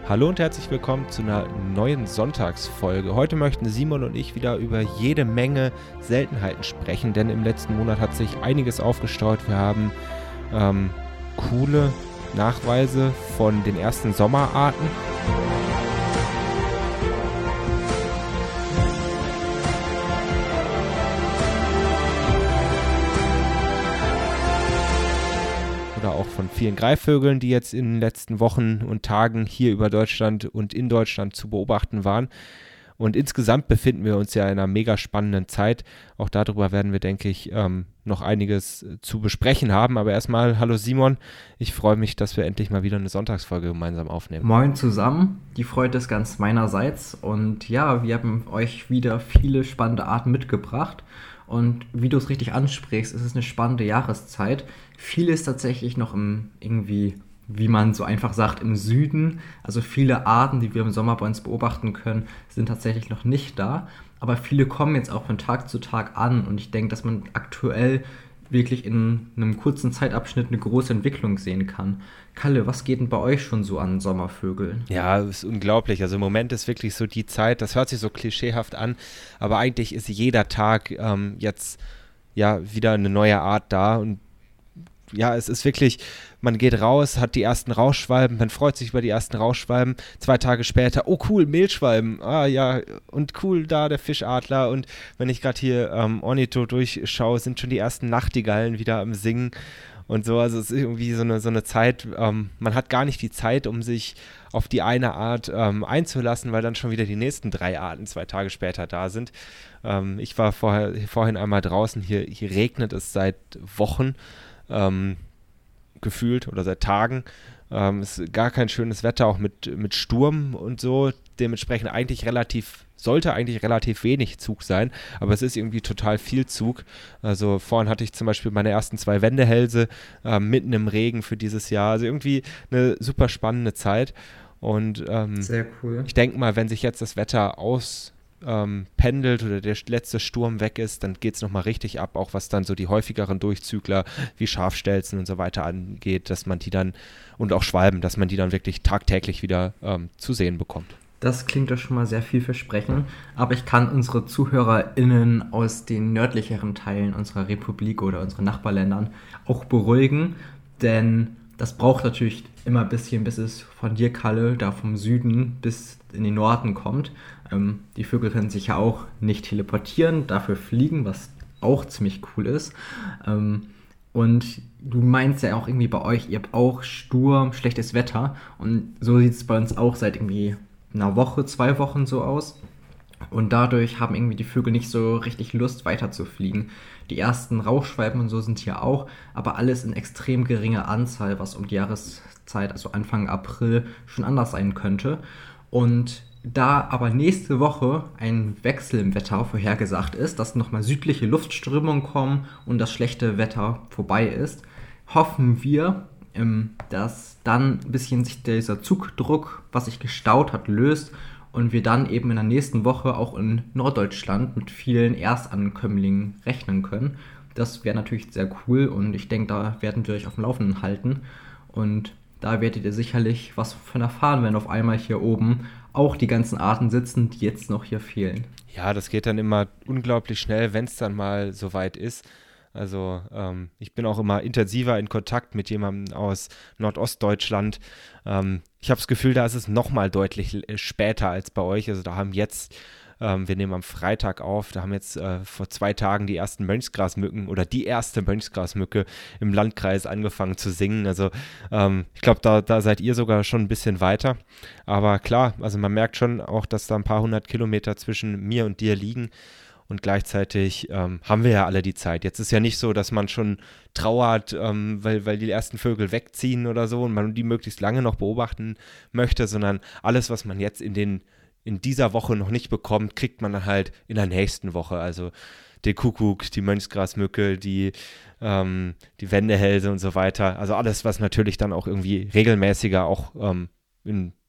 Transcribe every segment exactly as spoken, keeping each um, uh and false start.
Hallo und herzlich willkommen zu einer neuen Sonntagsfolge. Heute möchten Simon und ich wieder über jede Menge Seltenheiten sprechen, denn im letzten Monat hat sich einiges aufgestaut. Wir haben ähm, coole Nachweise von den ersten Sommerarten. Oder auch von vielen Greifvögeln, die jetzt in den letzten Wochen und Tagen hier über Deutschland und in Deutschland zu beobachten waren. Und insgesamt befinden wir uns ja in einer mega spannenden Zeit. Auch darüber werden wir, denke ich, ähm, noch einiges zu besprechen haben. Aber erstmal, hallo Simon, ich freue mich, dass wir endlich mal wieder eine Sonntagsfolge gemeinsam aufnehmen. Moin zusammen, die Freude ist ganz meinerseits. Und ja, wir haben euch wieder viele spannende Arten mitgebracht. Und wie du es richtig ansprichst, ist es eine spannende Jahreszeit. Viel ist tatsächlich noch im, irgendwie, wie man so einfach sagt, im Süden. Also viele Arten, die wir im Sommer bei uns beobachten können, sind tatsächlich noch nicht da. Aber viele kommen jetzt auch von Tag zu Tag an. Und ich denke, dass man aktuell wirklich in einem kurzen Zeitabschnitt eine große Entwicklung sehen kann. Kalle, was geht denn bei euch schon so an Sommervögeln? Ja, das ist unglaublich. Also im Moment ist wirklich so die Zeit, das hört sich so klischeehaft an, aber eigentlich ist jeder Tag ähm, jetzt ja wieder eine neue Art da und ja, es ist wirklich, man geht raus, hat die ersten Rauchschwalben, man freut sich über die ersten Rauchschwalben, zwei Tage später, oh cool, Mehlschwalben, ah ja, und cool, da der Fischadler und wenn ich gerade hier ähm, Ornitho durchschaue, sind schon die ersten Nachtigallen wieder am Singen und so, also es ist irgendwie so eine, so eine Zeit, ähm, man hat gar nicht die Zeit, um sich auf die eine Art ähm, einzulassen, weil dann schon wieder die nächsten drei Arten zwei Tage später da sind. Ähm, ich war vorher, vorhin einmal draußen, hier, hier regnet es seit Wochen, Ähm, gefühlt oder seit Tagen. Ähm, es ist gar kein schönes Wetter, auch mit, mit Sturm und so. Dementsprechend eigentlich relativ, sollte eigentlich relativ wenig Zug sein, aber es ist irgendwie total viel Zug. Also vorhin hatte ich zum Beispiel meine ersten zwei Wendehälse äh, mitten im Regen für dieses Jahr. Also irgendwie eine super spannende Zeit. Und ähm, sehr cool. Ich denke mal, wenn sich jetzt das Wetter aus Ähm, pendelt oder der letzte Sturm weg ist, dann geht es nochmal richtig ab, auch was dann so die häufigeren Durchzügler wie Schafstelzen und so weiter angeht, dass man die dann, und auch Schwalben, dass man die dann wirklich tagtäglich wieder ähm, zu sehen bekommt. Das klingt doch schon mal sehr vielversprechend, aber ich kann unsere ZuhörerInnen aus den nördlicheren Teilen unserer Republik oder unseren Nachbarländern auch beruhigen, denn das braucht natürlich immer ein bisschen, bis es von dir, Kalle, da vom Süden bis in den Norden kommt. Ähm, die Vögel können sich ja auch nicht teleportieren, dafür fliegen, was auch ziemlich cool ist. Ähm, und du meinst ja auch irgendwie bei euch, ihr habt auch Sturm, schlechtes Wetter. Und so sieht es bei uns auch seit irgendwie einer Woche, zwei Wochen so aus. Und dadurch haben irgendwie die Vögel nicht so richtig Lust, weiter zu fliegen. Die ersten Rauchschwalben und so sind hier auch, aber alles in extrem geringer Anzahl, was um die Jahreszeit, also Anfang April, schon anders sein könnte. Und da aber nächste Woche ein Wechsel im Wetter vorhergesagt ist, dass nochmal südliche Luftströmungen kommen und das schlechte Wetter vorbei ist, hoffen wir, dass dann ein bisschen sich dieser Zugdruck, was sich gestaut hat, löst und wir dann eben in der nächsten Woche auch in Norddeutschland mit vielen Erstankömmlingen rechnen können. Das wäre natürlich sehr cool und ich denke, da werden wir euch auf dem Laufenden halten. Und da werdet ihr sicherlich was von erfahren, wenn auf einmal hier oben auch die ganzen Arten sitzen, die jetzt noch hier fehlen. Ja, das geht dann immer unglaublich schnell, wenn es dann mal soweit ist. Also ähm, ich bin auch immer intensiver in Kontakt mit jemandem aus Nordostdeutschland. Ähm, ich habe das Gefühl, da ist es nochmal deutlich später als bei euch. Also da haben jetzt, ähm, wir nehmen am Freitag auf, da haben jetzt äh, vor zwei Tagen die ersten Mönchsgrasmücken oder die erste Mönchsgrasmücke im Landkreis angefangen zu singen. Also ähm, ich glaube, da, da seid ihr sogar schon ein bisschen weiter. Aber klar, also man merkt schon auch, dass da ein paar hundert Kilometer zwischen mir und dir liegen. Und gleichzeitig ähm, haben wir ja alle die Zeit. Jetzt ist ja nicht so, dass man schon trauert, ähm, weil, weil die ersten Vögel wegziehen oder so und man die möglichst lange noch beobachten möchte, sondern alles, was man jetzt in, den, in dieser Woche noch nicht bekommt, kriegt man dann halt in der nächsten Woche. Also den Kuckuck, die Mönchsgrasmücke, die, ähm, die Wendehälse und so weiter. Also alles, was natürlich dann auch irgendwie regelmäßiger auch ähm, in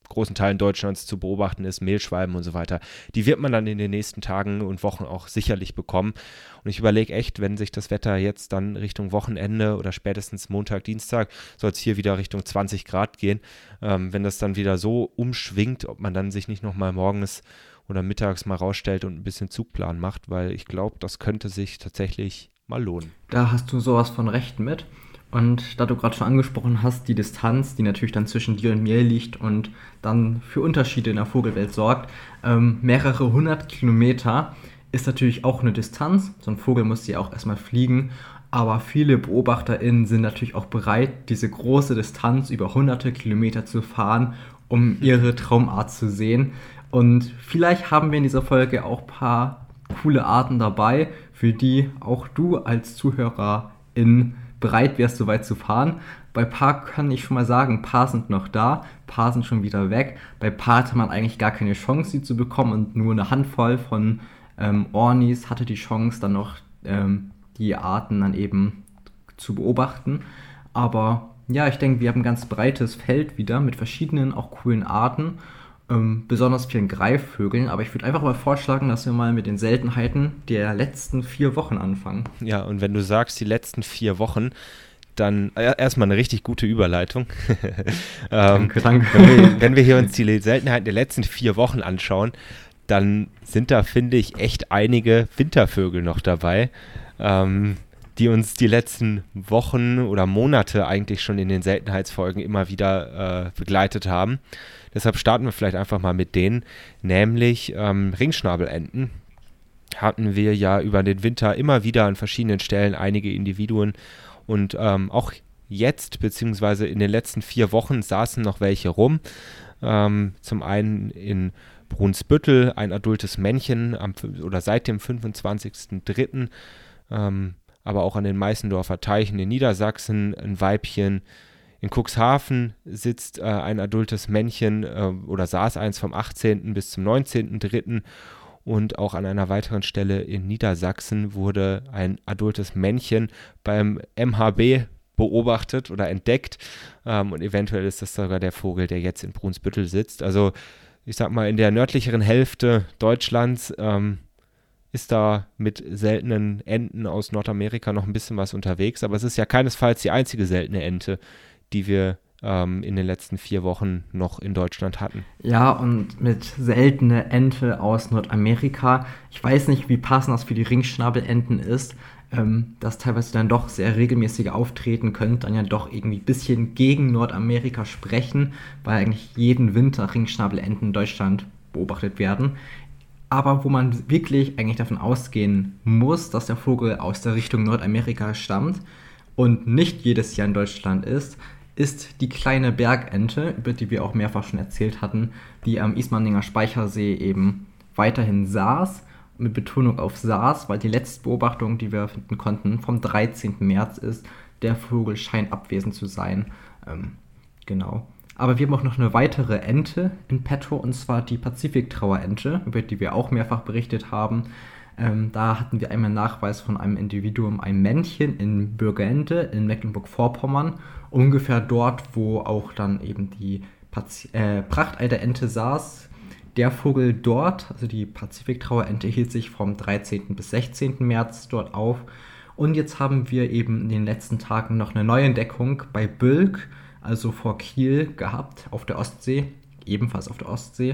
großen Teilen Deutschlands zu beobachten ist, Mehlschwalben und so weiter, die wird man dann in den nächsten Tagen und Wochen auch sicherlich bekommen. Und ich überlege echt, wenn sich das Wetter jetzt dann Richtung Wochenende oder spätestens Montag, Dienstag, soll es hier wieder Richtung zwanzig Grad gehen, ähm, wenn das dann wieder so umschwingt, ob man dann sich nicht nochmal morgens oder mittags mal rausstellt und ein bisschen Zugplan macht, weil ich glaube, das könnte sich tatsächlich mal lohnen. Da hast du sowas von recht mit. Und da du gerade schon angesprochen hast, die Distanz, die natürlich dann zwischen dir und mir liegt und dann für Unterschiede in der Vogelwelt sorgt, ähm, mehrere hundert Kilometer ist natürlich auch eine Distanz. So ein Vogel muss ja auch erstmal fliegen, aber viele BeobachterInnen sind natürlich auch bereit, diese große Distanz über hunderte Kilometer zu fahren, um ihre Traumart zu sehen. Und vielleicht haben wir in dieser Folge auch ein paar coole Arten dabei, für die auch du als Zuhörerin bereit wärst, so weit zu fahren. Bei paar kann ich schon mal sagen, paar sind noch da, paar sind schon wieder weg. Bei paar hatte man eigentlich gar keine Chance, sie zu bekommen und nur eine Handvoll von ähm, Ornis hatte die Chance, dann noch ähm, die Arten dann eben zu beobachten. Aber ja, ich denke, wir haben ein ganz breites Feld wieder mit verschiedenen, auch coolen Arten. Ähm, besonders vielen Greifvögeln, aber ich würde einfach mal vorschlagen, dass wir mal mit den Seltenheiten der letzten vier Wochen anfangen. Ja, und wenn du sagst, die letzten vier Wochen, dann äh, erstmal eine richtig gute Überleitung. ähm, danke, danke. Wenn wir, wenn wir hier uns die Seltenheiten der letzten vier Wochen anschauen, dann sind da, finde ich, echt einige Wintervögel noch dabei, ähm, die uns die letzten Wochen oder Monate eigentlich schon in den Seltenheitsfolgen immer wieder äh, begleitet haben. Deshalb starten wir vielleicht einfach mal mit denen, nämlich ähm, Ringschnabelenten. Hatten wir ja über den Winter immer wieder an verschiedenen Stellen einige Individuen und ähm, auch jetzt, beziehungsweise in den letzten vier Wochen saßen noch welche rum. Ähm, zum einen in Brunsbüttel ein adultes Männchen am, oder seit dem fünfundzwanzigsten dritten Ähm, aber auch an den Meißendorfer Teichen in Niedersachsen ein Weibchen. In Cuxhaven sitzt äh, ein adultes Männchen äh, oder saß eins vom achtzehnten bis zum neunzehnten dritten Und auch an einer weiteren Stelle in Niedersachsen wurde ein adultes Männchen beim M H B beobachtet oder entdeckt. Ähm, und eventuell ist das sogar der Vogel, der jetzt in Brunsbüttel sitzt. Also ich sag mal, in der nördlicheren Hälfte Deutschlands ähm, ist da mit seltenen Enten aus Nordamerika noch ein bisschen was unterwegs. Aber es ist ja keinesfalls die einzige seltene Ente, die wir ähm, in den letzten vier Wochen noch in Deutschland hatten. Ja, und mit seltene Ente aus Nordamerika. Ich weiß nicht, wie passend das für die Ringschnabelenten ist, ähm, dass teilweise dann doch sehr regelmäßige Auftreten können, dann ja doch irgendwie ein bisschen gegen Nordamerika sprechen, weil eigentlich jeden Winter Ringschnabelenten in Deutschland beobachtet werden. Aber wo man wirklich eigentlich davon ausgehen muss, dass der Vogel aus der Richtung Nordamerika stammt und nicht jedes Jahr in Deutschland ist, ist die kleine Bergente, über die wir auch mehrfach schon erzählt hatten, die am Ismaninger Speichersee eben weiterhin saß, mit Betonung auf saß, weil die letzte Beobachtung, die wir finden konnten, vom dreizehnten März ist, der Vogel scheint abwesend zu sein. Ähm, genau. Aber wir haben auch noch eine weitere Ente in petto, und zwar die Pazifiktrauerente, über die wir auch mehrfach berichtet haben. Ähm, da hatten wir einmal Nachweis von einem Individuum, ein Männchen in Bürgerende in Mecklenburg-Vorpommern, ungefähr dort, wo auch dann eben die Paz- äh, Prachteiderente saß. Der Vogel dort, also die Pazifiktrauerente, hielt sich vom dreizehnten bis sechzehnten März dort auf. Und jetzt haben wir eben in den letzten Tagen noch eine neue Entdeckung bei Bülk, also vor Kiel, gehabt, auf der Ostsee, ebenfalls auf der Ostsee,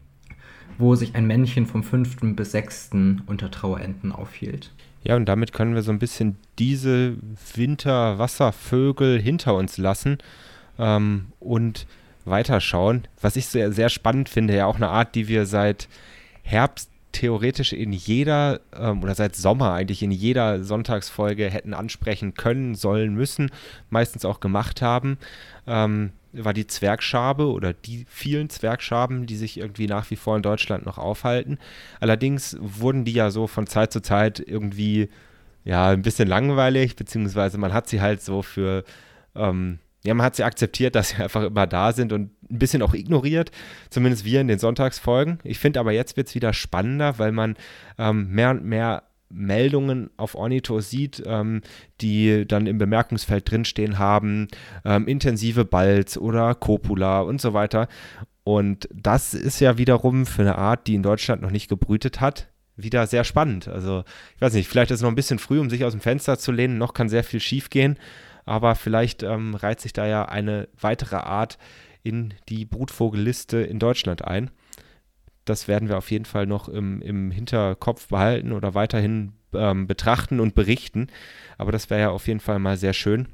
wo sich ein Männchen vom fünften bis sechsten unter Trauerenten aufhielt. Ja, und damit können wir so ein bisschen diese Winterwasservögel hinter uns lassen ähm, und weiterschauen. Was ich sehr, sehr spannend finde, ja auch eine Art, die wir seit Herbst theoretisch in jeder ähm, oder seit Sommer eigentlich in jeder Sonntagsfolge hätten ansprechen können, sollen, müssen, meistens auch gemacht haben, ähm, war die Zwergschabe oder die vielen Zwergschaben, die sich irgendwie nach wie vor in Deutschland noch aufhalten. Allerdings wurden die ja so von Zeit zu Zeit irgendwie ja ein bisschen langweilig, beziehungsweise man hat sie halt so für ähm, ja, man hat sie akzeptiert, dass sie einfach immer da sind und ein bisschen auch ignoriert, zumindest wir in den Sonntagsfolgen. Ich finde aber, jetzt wird es wieder spannender, weil man ähm, mehr und mehr Meldungen auf Ornithos sieht, ähm, die dann im Bemerkungsfeld drinstehen haben, ähm, intensive Balz oder Copula und so weiter. Und das ist ja wiederum für eine Art, die in Deutschland noch nicht gebrütet hat, wieder sehr spannend. Also ich weiß nicht, vielleicht ist es noch ein bisschen früh, um sich aus dem Fenster zu lehnen. Noch kann sehr viel schief gehen, aber vielleicht ähm, reiht sich da ja eine weitere Art in die Brutvogelliste in Deutschland ein. Das werden wir auf jeden Fall noch im, im Hinterkopf behalten oder weiterhin ähm, betrachten und berichten. Aber das wäre ja auf jeden Fall mal sehr schön.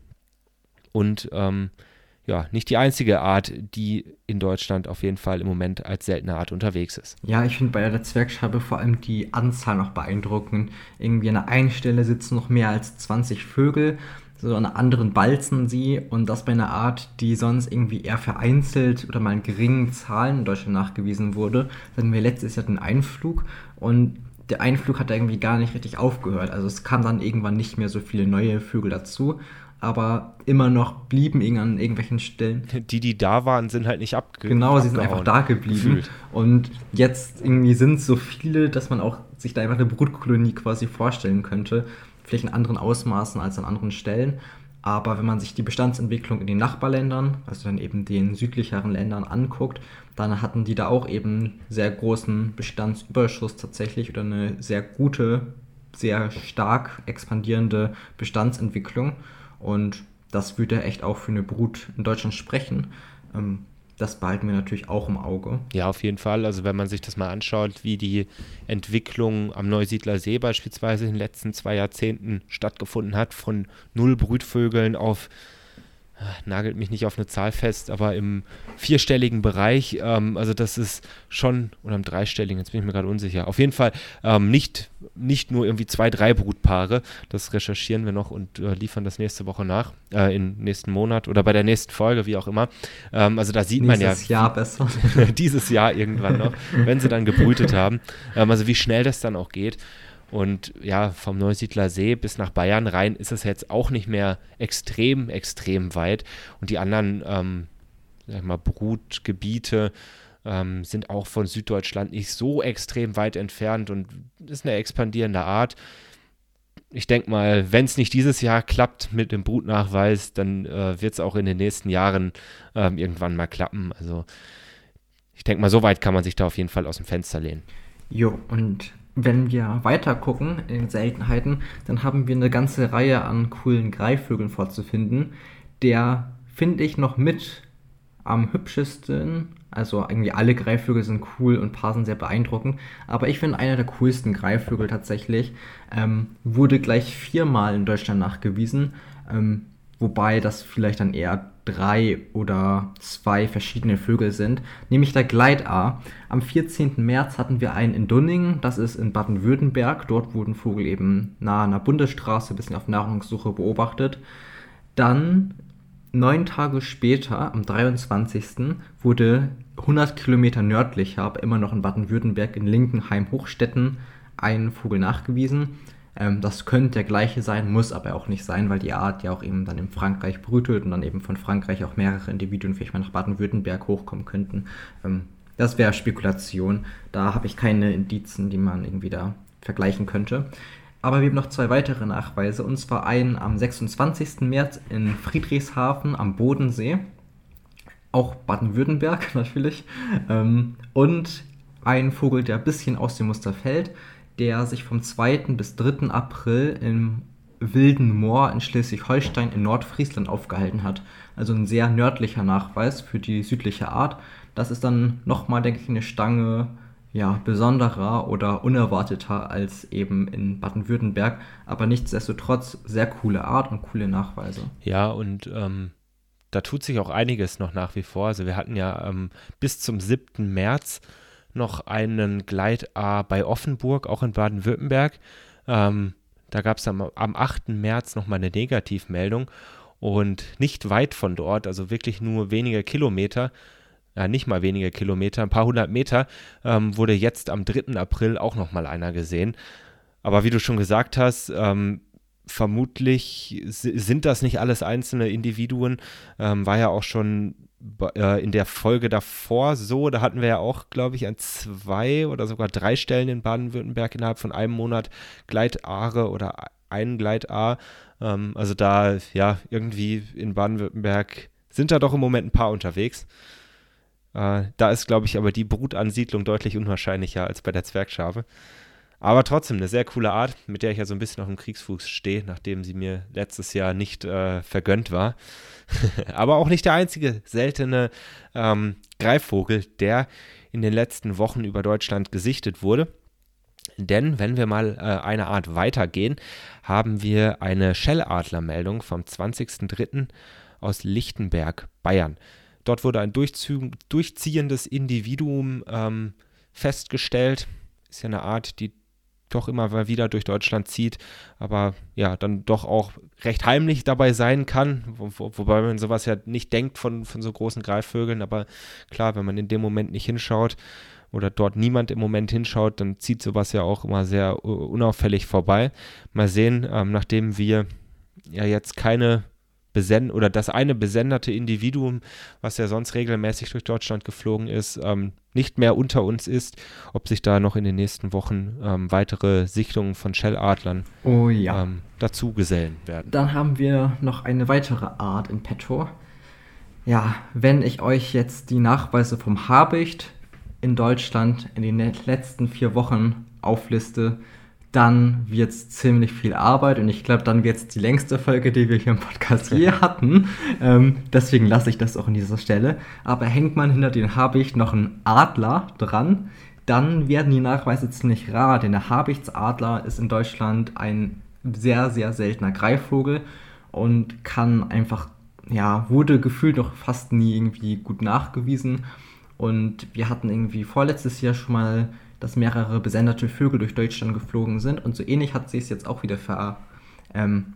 Und ähm, ja, nicht die einzige Art, die in Deutschland auf jeden Fall im Moment als seltene Art unterwegs ist. Ja, ich finde bei der Zwergscheibe vor allem die Anzahl noch beeindruckend. Irgendwie an der einen Stelle sitzen noch mehr als zwanzig Vögel, so an der anderen balzen sie und das bei einer Art, die sonst irgendwie eher vereinzelt oder mal in geringen Zahlen in Deutschland nachgewiesen wurde. Da hatten wir letztes Jahr den Einflug und der Einflug hat da irgendwie gar nicht richtig aufgehört. Also es kamen dann irgendwann nicht mehr so viele neue Vögel dazu, aber immer noch blieben an irgendwelchen Stellen. Die, die da waren, sind halt nicht abge- Genau, abgehauen. sie sind einfach da geblieben. Gefühlt. Und jetzt irgendwie sind es so viele, dass man auch sich da einfach eine Brutkolonie quasi vorstellen könnte. Vielleicht in anderen Ausmaßen als an anderen Stellen. Aber wenn man sich die Bestandsentwicklung in den Nachbarländern, also dann eben den südlicheren Ländern anguckt, dann hatten die da auch eben sehr großen Bestandsüberschuss tatsächlich oder eine sehr gute, sehr stark expandierende Bestandsentwicklung. Und das würde echt auch für eine Brut in Deutschland sprechen. Ähm, das behalten wir natürlich auch im Auge. Ja, auf jeden Fall. Also wenn man sich das mal anschaut, wie die Entwicklung am Neusiedler See beispielsweise in den letzten zwei Jahrzehnten stattgefunden hat, von null Brütvögeln auf, äh, nagelt mich nicht auf eine Zahl fest, aber im vierstelligen Bereich, ähm, also das ist schon, oder im dreistelligen, jetzt bin ich mir gerade unsicher, auf jeden Fall ähm, nicht, nicht nur irgendwie zwei, drei Brutpaare, das recherchieren wir noch und äh, liefern das nächste Woche nach, äh, im nächsten Monat oder bei der nächsten Folge, wie auch immer. Ähm, also da sieht man ja, Nächstes Jahr besser. dieses Jahr irgendwann noch, wenn sie dann gebrütet haben, ähm, also wie schnell das dann auch geht. Und ja, vom Neusiedler See bis nach Bayern rein ist es jetzt auch nicht mehr extrem, extrem weit. Und die anderen, ähm, sag ich mal, Brutgebiete ähm, sind auch von Süddeutschland nicht so extrem weit entfernt und ist eine expandierende Art. Ich denke mal, wenn es nicht dieses Jahr klappt mit dem Brutnachweis, dann äh, wird es auch in den nächsten Jahren ähm, irgendwann mal klappen. Also ich denke mal, so weit kann man sich da auf jeden Fall aus dem Fenster lehnen. Jo, und wenn wir weiter gucken in den Seltenheiten, dann haben wir eine ganze Reihe an coolen Greifvögeln vorzufinden. Der finde ich noch mit am hübschesten, also irgendwie alle Greifvögel sind cool und ein paar sind sehr beeindruckend, aber ich finde einer der coolsten Greifvögel tatsächlich, ähm, wurde gleich viermal in Deutschland nachgewiesen, ähm, wobei das vielleicht dann eher drei oder zwei verschiedene Vögel sind, nämlich der Gleitaar. Am vierzehnten März hatten wir einen in Dunningen, das ist in Baden-Württemberg. Dort wurde ein Vogel eben nahe einer Bundesstraße, ein bisschen auf Nahrungssuche beobachtet. Dann, neun Tage später, am dreiundzwanzigsten wurde hundert Kilometer nördlicher, aber immer noch in Baden-Württemberg, in Linkenheim-Hochstetten, ein Vogel nachgewiesen. Das könnte der gleiche sein, muss aber auch nicht sein, weil die Art ja auch eben dann in Frankreich brütet und dann eben von Frankreich auch mehrere Individuen vielleicht mal nach Baden-Württemberg hochkommen könnten. Das wäre Spekulation. Da habe ich keine Indizien, die man irgendwie da vergleichen könnte. Aber wir haben noch zwei weitere Nachweise, und zwar einen am sechsundzwanzigsten März in Friedrichshafen am Bodensee, auch Baden-Württemberg natürlich, und ein Vogel, der ein bisschen aus dem Muster fällt, der sich vom zweiten bis dritten April im Wilden Moor in Schleswig-Holstein in Nordfriesland aufgehalten hat. Also ein sehr nördlicher Nachweis für die südliche Art. Das ist dann nochmal, denke ich, eine Stange ja, besonderer oder unerwarteter als eben in Baden-Württemberg. Aber nichtsdestotrotz sehr coole Art und coole Nachweise. Ja, und ähm, da tut sich auch einiges noch nach wie vor. Also wir hatten ja ähm, bis zum siebten März noch einen Gleitaar bei Offenburg, auch in Baden-Württemberg. Ähm, da gab es am, am achten März nochmal eine Negativmeldung und nicht weit von dort, also wirklich nur wenige Kilometer, ja nicht mal wenige Kilometer, ein paar hundert Meter, ähm, wurde jetzt am dritten April auch nochmal einer gesehen. Aber wie du schon gesagt hast, ähm, vermutlich sind das nicht alles einzelne Individuen, ähm, war ja auch schon in der Folge davor so, da hatten wir ja auch, glaube ich, an zwei oder sogar drei Stellen in Baden-Württemberg innerhalb von einem Monat Gleitaare oder einen Gleitaar. Ähm, also da, ja, irgendwie in Baden-Württemberg sind da doch im Moment ein paar unterwegs. Äh, da ist, glaube ich, aber die Brutansiedlung deutlich unwahrscheinlicher als bei der Zwergschabe. Aber trotzdem eine sehr coole Art, mit der ich ja so ein bisschen auf dem Kriegsfuß stehe, nachdem sie mir letztes Jahr nicht äh, vergönnt war. Aber auch nicht der einzige seltene ähm, Greifvogel, der in den letzten Wochen über Deutschland gesichtet wurde. Denn wenn wir mal äh, eine Art weitergehen, haben wir eine Schelladlermeldung vom zwanzigsten dritten aus Lichtenberg, Bayern. Dort wurde ein durchzie- durchziehendes Individuum ähm, festgestellt. Ist ja eine Art, die doch immer mal wieder durch Deutschland zieht, aber ja, dann doch auch recht heimlich dabei sein kann, wo, wo, wobei man sowas ja nicht denkt von, von so großen Greifvögeln, aber klar, wenn man in dem Moment nicht hinschaut oder dort niemand im Moment hinschaut, dann zieht sowas ja auch immer sehr uh, unauffällig vorbei. Mal sehen, ähm, nachdem wir ja jetzt keine Besend- oder das eine besenderte Individuum, was ja sonst regelmäßig durch Deutschland geflogen ist, ähm, nicht mehr unter uns ist, ob sich da noch in den nächsten Wochen ähm, weitere Sichtungen von Schelladlern Oh ja. ähm, dazu gesellen werden. Dann haben wir noch eine weitere Art in petto. Ja, wenn ich euch jetzt die Nachweise vom Habicht in Deutschland in den letzten vier Wochen aufliste, dann wird es ziemlich viel Arbeit und ich glaube, dann wird es die längste Folge, die wir hier im Podcast je hatten. Ähm, deswegen lasse ich das auch an dieser Stelle. Aber hängt man hinter den Habicht noch einen Adler dran, dann werden die Nachweise ziemlich rar, denn der Habichtsadler ist in Deutschland ein sehr, sehr seltener Greifvogel und kann einfach, ja, wurde gefühlt noch fast nie irgendwie gut nachgewiesen. Und wir hatten irgendwie vorletztes Jahr schon mal, dass mehrere besenderte Vögel durch Deutschland geflogen sind. Und so ähnlich hat sich es jetzt auch wieder ver... Ähm,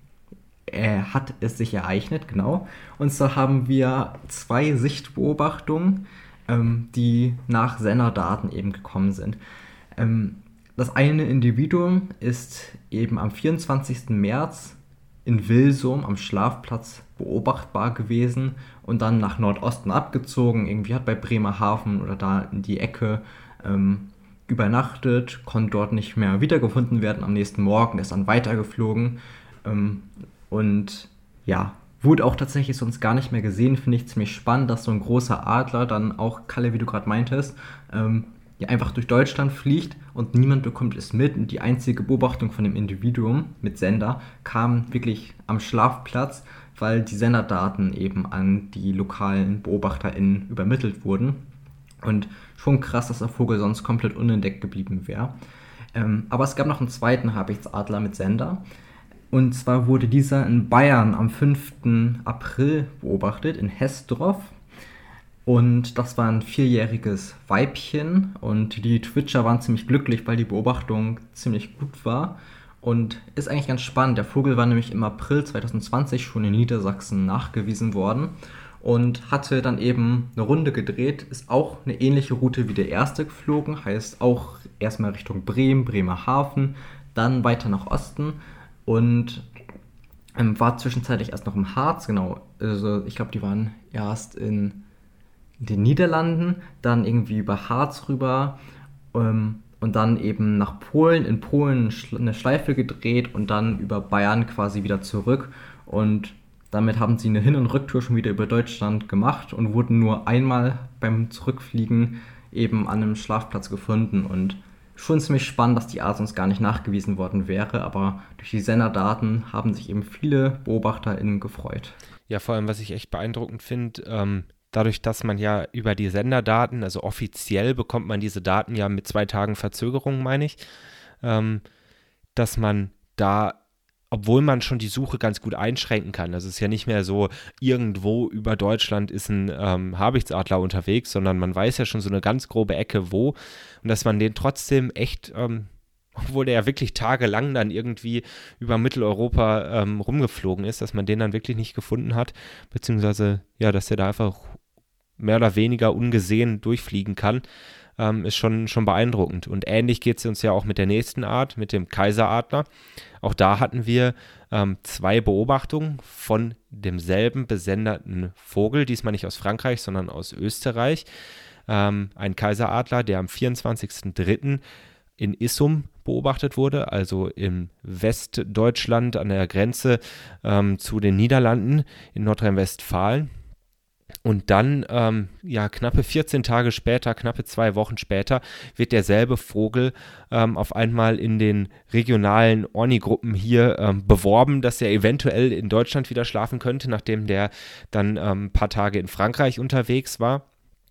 äh, hat es sich ereignet, genau. Und so haben wir zwei Sichtbeobachtungen, ähm, die nach Senderdaten eben gekommen sind. Ähm, das eine Individuum ist eben am vierundzwanzigsten März in Wilsum am Schlafplatz beobachtbar gewesen und dann nach Nordosten abgezogen. Irgendwie hat bei Bremerhaven oder da in die Ecke ähm, übernachtet, konnte dort nicht mehr wiedergefunden werden. Am nächsten Morgen ist dann weitergeflogen ähm, und ja, wurde auch tatsächlich sonst gar nicht mehr gesehen. Finde ich ziemlich spannend, dass so ein großer Adler dann auch, Kalle, wie du gerade meintest, ähm, ja, einfach durch Deutschland fliegt und niemand bekommt es mit. Und die einzige Beobachtung von dem Individuum mit Sender kam wirklich am Schlafplatz, weil die Senderdaten eben an die lokalen BeobachterInnen übermittelt wurden. Und schon krass, dass der Vogel sonst komplett unentdeckt geblieben wäre. Ähm, aber es gab noch einen zweiten Habichtsadler mit Sender. Und zwar wurde dieser in Bayern am fünften April beobachtet, in Hessdorf. Und das war ein vierjähriges Weibchen. Und die Twitcher waren ziemlich glücklich, weil die Beobachtung ziemlich gut war. Und ist eigentlich ganz spannend. Der Vogel war nämlich im April zwanzig zwanzig schon in Niedersachsen nachgewiesen worden. Und hatte dann eben eine Runde gedreht, ist auch eine ähnliche Route wie der erste geflogen, heißt auch erstmal Richtung Bremen, Bremerhaven, dann weiter nach Osten und ähm, war zwischenzeitlich erst noch im Harz, genau, also ich glaube, die waren erst in den Niederlanden, dann irgendwie über Harz rüber ähm, und dann eben nach Polen, in Polen eine Schleife gedreht und dann über Bayern quasi wieder zurück und damit haben sie eine Hin- und Rücktour schon wieder über Deutschland gemacht und wurden nur einmal beim Zurückfliegen eben an einem Schlafplatz gefunden. Und schon ziemlich spannend, dass die Art sonst gar nicht nachgewiesen worden wäre, aber durch die Senderdaten haben sich eben viele BeobachterInnen gefreut. Ja, vor allem, was ich echt beeindruckend finde, ähm, dadurch, dass man ja über die Senderdaten, also offiziell bekommt man diese Daten ja mit zwei Tagen Verzögerung, meine ich, ähm, dass man da, obwohl man schon die Suche ganz gut einschränken kann. Also es ist ja nicht mehr so, irgendwo über Deutschland ist ein ähm, Habichtsadler unterwegs, sondern man weiß ja schon so eine ganz grobe Ecke, wo. Und dass man den trotzdem echt, ähm, obwohl der ja wirklich tagelang dann irgendwie über Mitteleuropa ähm, rumgeflogen ist, dass man den dann wirklich nicht gefunden hat, beziehungsweise ja, dass der da einfach mehr oder weniger ungesehen durchfliegen kann, ähm, ist schon, schon beeindruckend. Und ähnlich geht es uns ja auch mit der nächsten Art, mit dem Kaiseradler. Auch da hatten wir ähm, zwei Beobachtungen von demselben besenderten Vogel, diesmal nicht aus Frankreich, sondern aus Österreich. Ähm, ein Kaiseradler, der am vierundzwanzigsten dritten in Issum beobachtet wurde, also im Westdeutschland an der Grenze ähm, zu den Niederlanden in Nordrhein-Westfalen. Und dann, ähm, ja, knappe vierzehn Tage später, knappe zwei Wochen später, wird derselbe Vogel ähm, auf einmal in den regionalen Ornigruppen hier ähm, beworben, dass er eventuell in Deutschland wieder schlafen könnte, nachdem der dann ähm, ein paar Tage in Frankreich unterwegs war.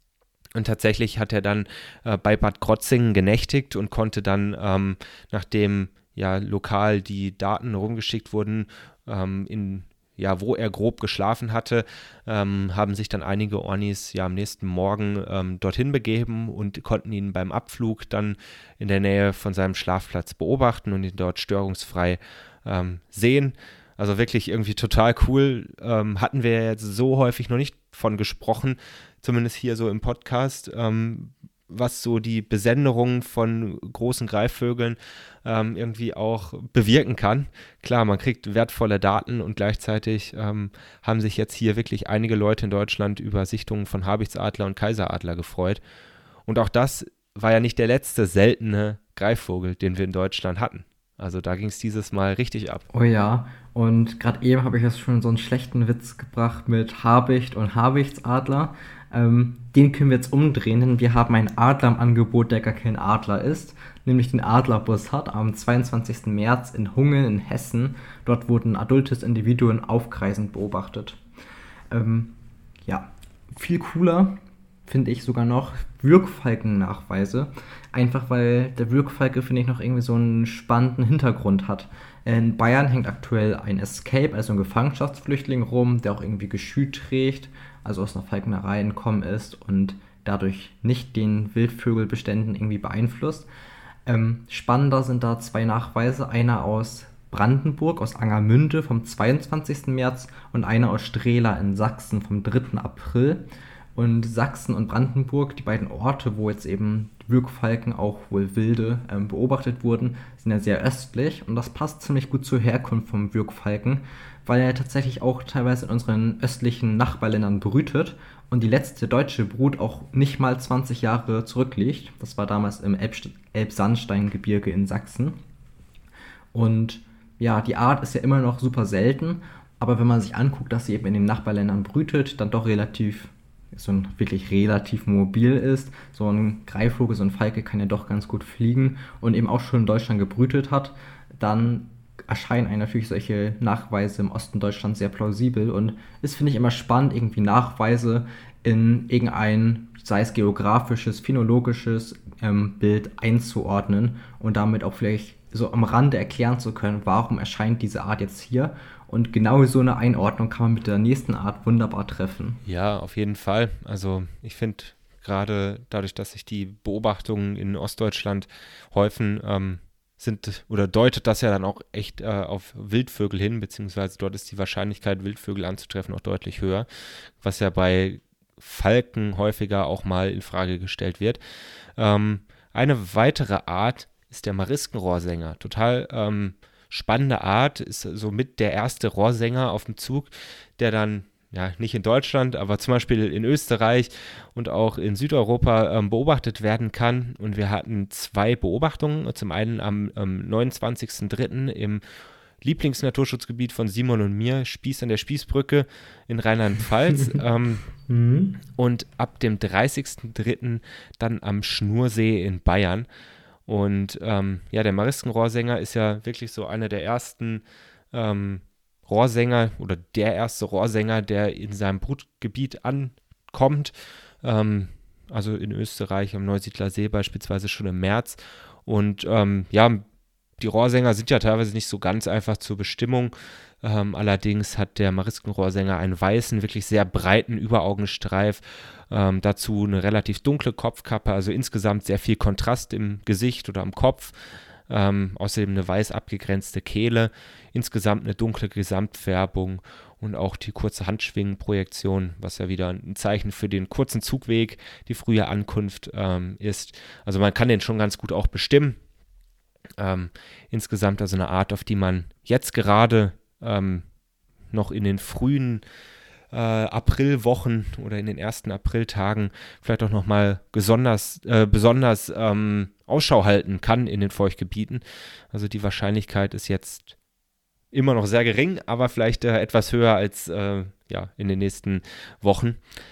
Und tatsächlich hat er dann äh, bei Bad Krotzingen genächtigt und konnte dann, ähm, nachdem ja lokal die Daten rumgeschickt wurden, ähm, in ja, wo er grob geschlafen hatte, ähm, haben sich dann einige Ornis ja am nächsten Morgen ähm, dorthin begeben und konnten ihn beim Abflug dann in der Nähe von seinem Schlafplatz beobachten und ihn dort störungsfrei ähm, sehen. Also wirklich irgendwie total cool. Ähm, hatten wir jetzt so häufig noch nicht von gesprochen, zumindest hier so im Podcast, ähm, was so die Besenderung von großen Greifvögeln ähm, irgendwie auch bewirken kann. Klar, man kriegt wertvolle Daten und gleichzeitig ähm, haben sich jetzt hier wirklich einige Leute in Deutschland über Sichtungen von Habichtsadler und Kaiseradler gefreut. Und auch das war ja nicht der letzte seltene Greifvogel, den wir in Deutschland hatten. Also da ging es dieses Mal richtig ab. Oh ja, und gerade eben habe ich jetzt schon so einen schlechten Witz gebracht mit Habicht und Habichtsadler. Ähm, den können wir jetzt umdrehen, denn wir haben einen Adler im Angebot, der gar kein Adler ist, nämlich den Adlerbussard am zweiundzwanzigsten März in Hungen in Hessen. Dort wurden adultes Individuen aufkreisend beobachtet. Ähm, ja, viel cooler finde ich sogar noch Würgfalkennachweise. Einfach weil der Würgfalke, finde ich, noch irgendwie so einen spannenden Hintergrund hat. In Bayern hängt aktuell ein Escape, also ein Gefangenschaftsflüchtling rum, der auch irgendwie Geschüt trägt, also aus einer Falknerei entkommen ist und dadurch nicht den Wildvögelbeständen irgendwie beeinflusst. Ähm, spannender sind da zwei Nachweise, einer aus Brandenburg, aus Angermünde vom zweiundzwanzigsten März und einer aus Strehla in Sachsen vom dritten April. Und Sachsen und Brandenburg, die beiden Orte, wo jetzt eben Würgfalken, auch wohl wilde, ähm, beobachtet wurden, sind ja sehr östlich. Und das passt ziemlich gut zur Herkunft vom Würgfalken, weil er tatsächlich auch teilweise in unseren östlichen Nachbarländern brütet und die letzte deutsche Brut auch nicht mal zwanzig Jahre zurückliegt. Das war damals im Elbst- Elbsandsteingebirge in Sachsen. Und ja, die Art ist ja immer noch super selten, aber wenn man sich anguckt, dass sie eben in den Nachbarländern brütet, dann doch relativ so ein wirklich relativ mobil ist. So ein Greifvogel, so ein Falke kann ja doch ganz gut fliegen und eben auch schon in Deutschland gebrütet hat, dann erscheinen einem natürlich solche Nachweise im Osten Deutschlands sehr plausibel und es finde ich immer spannend, irgendwie Nachweise in irgendein, sei es geografisches, phänologisches ähm, Bild einzuordnen und damit auch vielleicht so am Rande erklären zu können, warum erscheint diese Art jetzt hier. Und genau so eine Einordnung kann man mit der nächsten Art wunderbar treffen. Ja, auf jeden Fall. Also ich finde gerade dadurch, dass sich die Beobachtungen in Ostdeutschland häufen, ähm, sind oder deutet das ja dann auch echt äh, auf Wildvögel hin, beziehungsweise dort ist die Wahrscheinlichkeit, Wildvögel anzutreffen, auch deutlich höher, was ja bei Falken häufiger auch mal in Frage gestellt wird. Ähm, eine weitere Art ist der Mariskenrohrsänger. Total ähm, spannende Art, ist somit der erste Rohrsänger auf dem Zug, der dann, ja, nicht in Deutschland, aber zum Beispiel in Österreich und auch in Südeuropa ähm, beobachtet werden kann. Und wir hatten zwei Beobachtungen, zum einen am ähm, neunundzwanzigsten dritten im Lieblingsnaturschutzgebiet von Simon und mir, Spieß an der Spießbrücke in Rheinland-Pfalz ähm, mhm. und ab dem dreißigsten dritten dann am Schnursee in Bayern. Und ähm, ja, der Mariskenrohrsänger ist ja wirklich so einer der ersten ähm, Rohrsänger oder der erste Rohrsänger, der in seinem Brutgebiet ankommt. Ähm, also in Österreich am Neusiedler See beispielsweise schon im März. Und ähm, ja, die Rohrsänger sind ja teilweise nicht so ganz einfach zur Bestimmung. Ähm, allerdings hat der Mariskenrohrsänger einen weißen, wirklich sehr breiten Überaugenstreif. Ähm, dazu eine relativ dunkle Kopfkappe, also insgesamt sehr viel Kontrast im Gesicht oder am Kopf. Ähm, außerdem eine weiß abgegrenzte Kehle, insgesamt eine dunkle Gesamtfärbung und auch die kurze Handschwingenprojektion, was ja wieder ein Zeichen für den kurzen Zugweg, die frühe Ankunft ähm, ist. Also man kann den schon ganz gut auch bestimmen. Ähm, insgesamt also eine Art, auf die man jetzt gerade ähm, noch in den frühen äh, Aprilwochen oder in den ersten Apriltagen vielleicht auch nochmal besonders, äh, besonders ähm, Ausschau halten kann in den Feuchtgebieten. Also die Wahrscheinlichkeit ist jetzt immer noch sehr gering, aber vielleicht äh, etwas höher als äh, ja, in den nächsten Wochen.